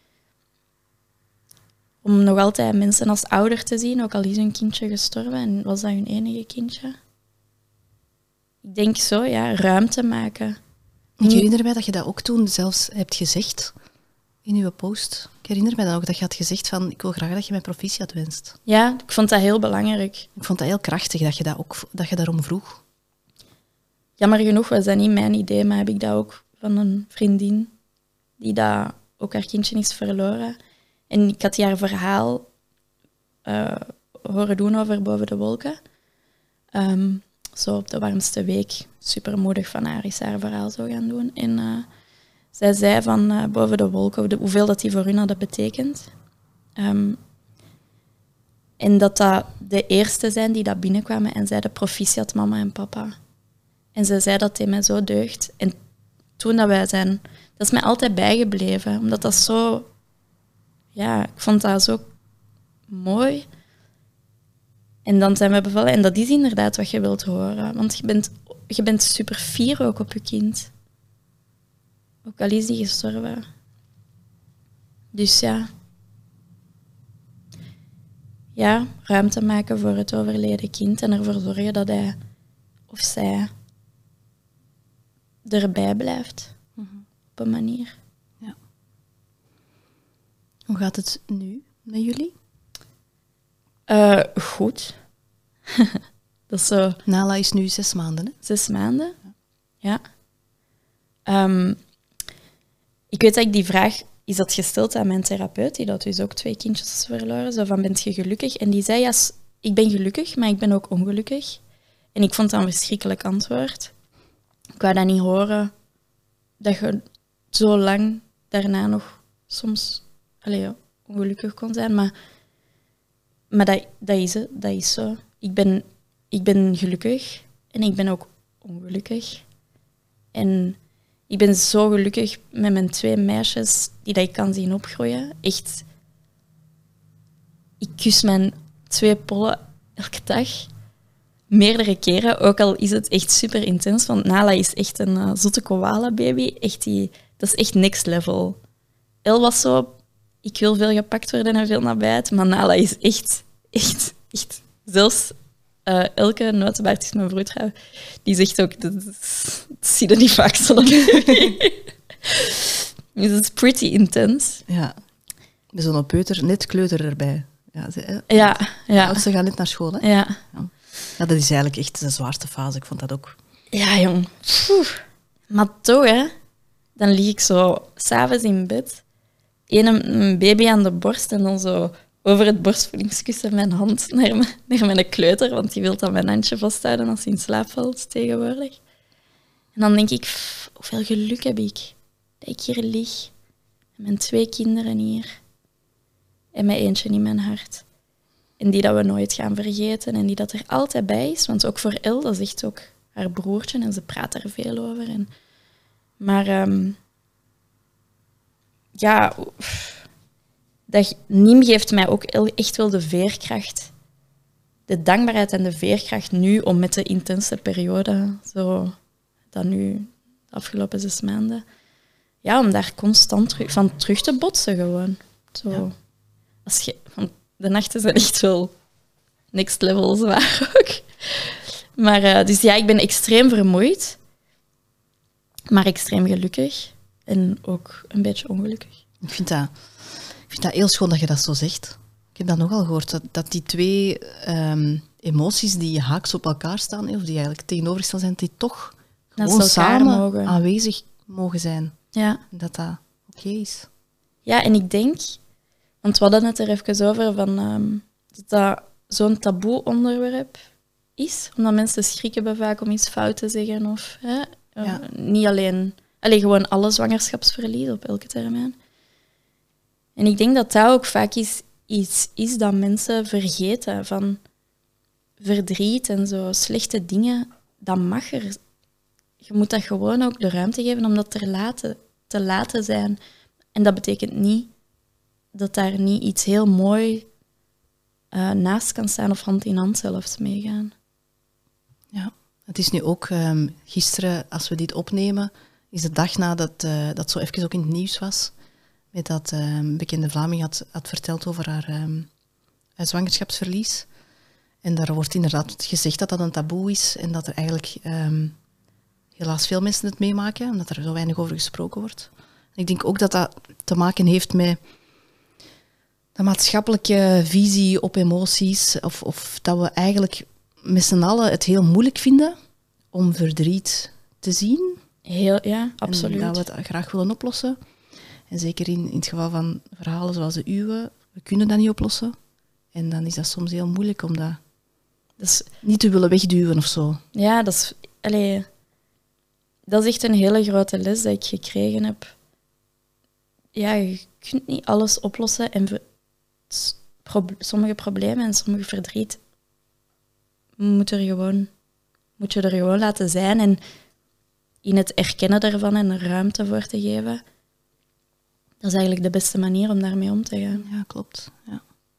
om nog altijd mensen als ouder te zien, ook al is hun kindje gestorven en was dat hun enige kindje. Ik denk zo, ja, ruimte maken. Ik herinner mij dat je dat ook toen zelfs hebt gezegd in uw post. Ik herinner mij dan ook dat je had gezegd van, ik wil graag dat je mij proficiat wenst. Ja, ik vond dat heel belangrijk. Ik vond dat heel krachtig dat je daarom vroeg. Jammer genoeg was dat niet mijn idee, maar heb ik dat ook van een vriendin die dat ook haar kindje is verloren. En ik had die haar verhaal horen doen over Boven de Wolken. Zo op de warmste week, supermoedig van haar, is haar verhaal zo gaan doen. En zij zei van Boven de Wolken, hoeveel dat die voor hun hadden betekend. En dat de eerste zijn die dat binnenkwamen en zeiden proficiat mama en papa. En ze zei dat hij mij zo deugt. En toen dat wij zijn, dat is mij altijd bijgebleven. Omdat dat zo, ja, ik vond dat zo mooi. En dan zijn we bevallen. En dat is inderdaad wat je wilt horen. Want je bent super fier ook op je kind. Ook al is die gestorven. Dus ja, ruimte maken voor het overleden kind en ervoor zorgen dat hij of zij erbij blijft. Op een manier. Ja. Hoe gaat het nu met jullie? Goed. Dat is zo... Nala is nu 6 maanden, hè? 6 maanden, ja. Ik weet dat ik die vraag is dat gesteld aan mijn therapeut, die dat dus ook 2 kindjes is verloren. Zo van, bent je gelukkig? En die zei, ja, ik ben gelukkig, maar ik ben ook ongelukkig. En ik vond dat een verschrikkelijk antwoord. Ik wou dat niet horen, dat je zo lang daarna nog soms ongelukkig kon zijn. Maar dat is het, dat is zo. Ik ben gelukkig en ik ben ook ongelukkig. En ik ben zo gelukkig met mijn 2 meisjes die dat ik kan zien opgroeien. Echt, ik kus mijn 2 pollen elke dag. Meerdere keren, ook al is het echt super intens. Want Nala is echt een zoete koala-baby. Dat is echt next level. El was zo, ik wil veel gepakt worden en veel nabijheid. Maar Nala is echt. Zelfs elke notenbaard is mijn vroedvrouw. Die zegt ook, dat zie je niet vaak zo. Dus het is pretty intens. Ja. Met zo'n peuter, net kleuter erbij. Ja. Ze gaan net naar school, hè? Ja. Ja, dat is eigenlijk echt de zwaarste fase. Ik vond dat ook. Ja, jong. Maar toch, hè. Dan lig ik zo 's avonds in bed. Een baby aan de borst en dan zo over het borstvoedingskussen mijn hand naar mijn kleuter, want die wil dan mijn handje vasthouden als hij in slaap valt tegenwoordig. En dan denk ik, hoeveel geluk heb ik dat ik hier lig. En mijn 2 kinderen hier. En mijn eentje in mijn hart. En die dat we nooit gaan vergeten en die dat er altijd bij is. Want ook voor El, dat is echt ook haar broertje en ze praat er veel over. Maar Niem geeft mij ook echt wel de veerkracht. De dankbaarheid en de veerkracht nu om met de intense periode, zo dat nu de afgelopen 6 maanden, om daar constant van terug te botsen gewoon. Zo. Ja. Want de nachten zijn echt wel next level zwaar ook. Maar dus ik ben extreem vermoeid, maar extreem gelukkig en ook een beetje ongelukkig. Ik vind dat heel schoon dat je dat zo zegt. Ik heb dat nogal gehoord, dat die 2 emoties die haaks op elkaar staan, of die eigenlijk tegenovergesteld zijn, die toch gewoon samen aanwezig mogen zijn. Ja. Dat oké is. Ja, en ik denk, want we hadden het er even over, dat zo'n taboe onderwerp is, omdat mensen schrikken bij vaak om iets fout te zeggen. Of niet alleen gewoon alle zwangerschapsverlies op elke termijn. En ik denk dat dat ook vaak iets is dat mensen vergeten. Van verdriet en zo slechte dingen, dat mag er. Je moet dat gewoon ook de ruimte geven om dat te laten zijn. En dat betekent niet dat daar niet iets heel mooi naast kan staan of hand in hand zelfs meegaan. Ja, het is nu ook gisteren, als we dit opnemen, is de dag nadat dat zo even ook in het nieuws was, met dat een bekende Vlaming had verteld over haar zwangerschapsverlies. En daar wordt inderdaad gezegd dat dat een taboe is en dat er eigenlijk helaas veel mensen het meemaken, omdat er zo weinig over gesproken wordt. En ik denk ook dat dat te maken heeft met de maatschappelijke visie op emoties, of dat we eigenlijk met z'n allen het heel moeilijk vinden om verdriet te zien. Ja, absoluut. En dat we het graag willen oplossen. En zeker in het geval van verhalen zoals de uwe, we kunnen dat niet oplossen. En dan is dat soms heel moeilijk om dat niet te willen wegduwen of zo. Ja, dat is echt een hele grote les dat ik gekregen heb. Ja, je kunt niet alles oplossen en sommige problemen en sommige verdriet moet je er gewoon laten zijn en in het erkennen daarvan en er ruimte voor te geven. Dat is eigenlijk de beste manier om daarmee om te gaan. Ja, klopt. Ja.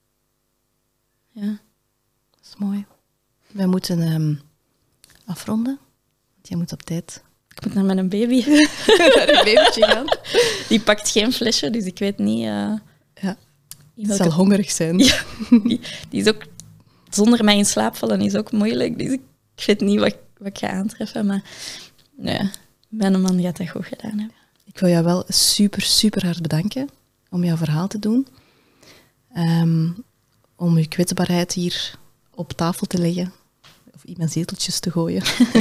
Ja. Dat is mooi. Wij moeten afronden, want jij moet op tijd. Ik moet naar mijn baby. Naar een babytje gaan. Die pakt geen flesje, dus ik weet niet... Ja. Het zal hongerig zijn. Ja, die is ook... Zonder mij in slaap vallen is ook moeilijk. Dus ik weet niet wat ik ga aantreffen. Maar nee, mijn man gaat dat goed gedaan hebben. Ik wil jou wel super, super hard bedanken om jouw verhaal te doen. Om je kwetsbaarheid hier op tafel te leggen. Of in mijn zeteltjes te gooien.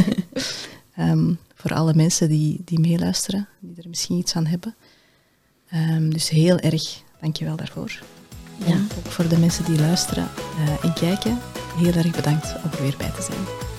Voor alle mensen die meeluisteren, die er misschien iets aan hebben. Dus heel erg dankjewel daarvoor. Ja. En ook voor de mensen die luisteren en kijken, heel erg bedankt om er weer bij te zijn.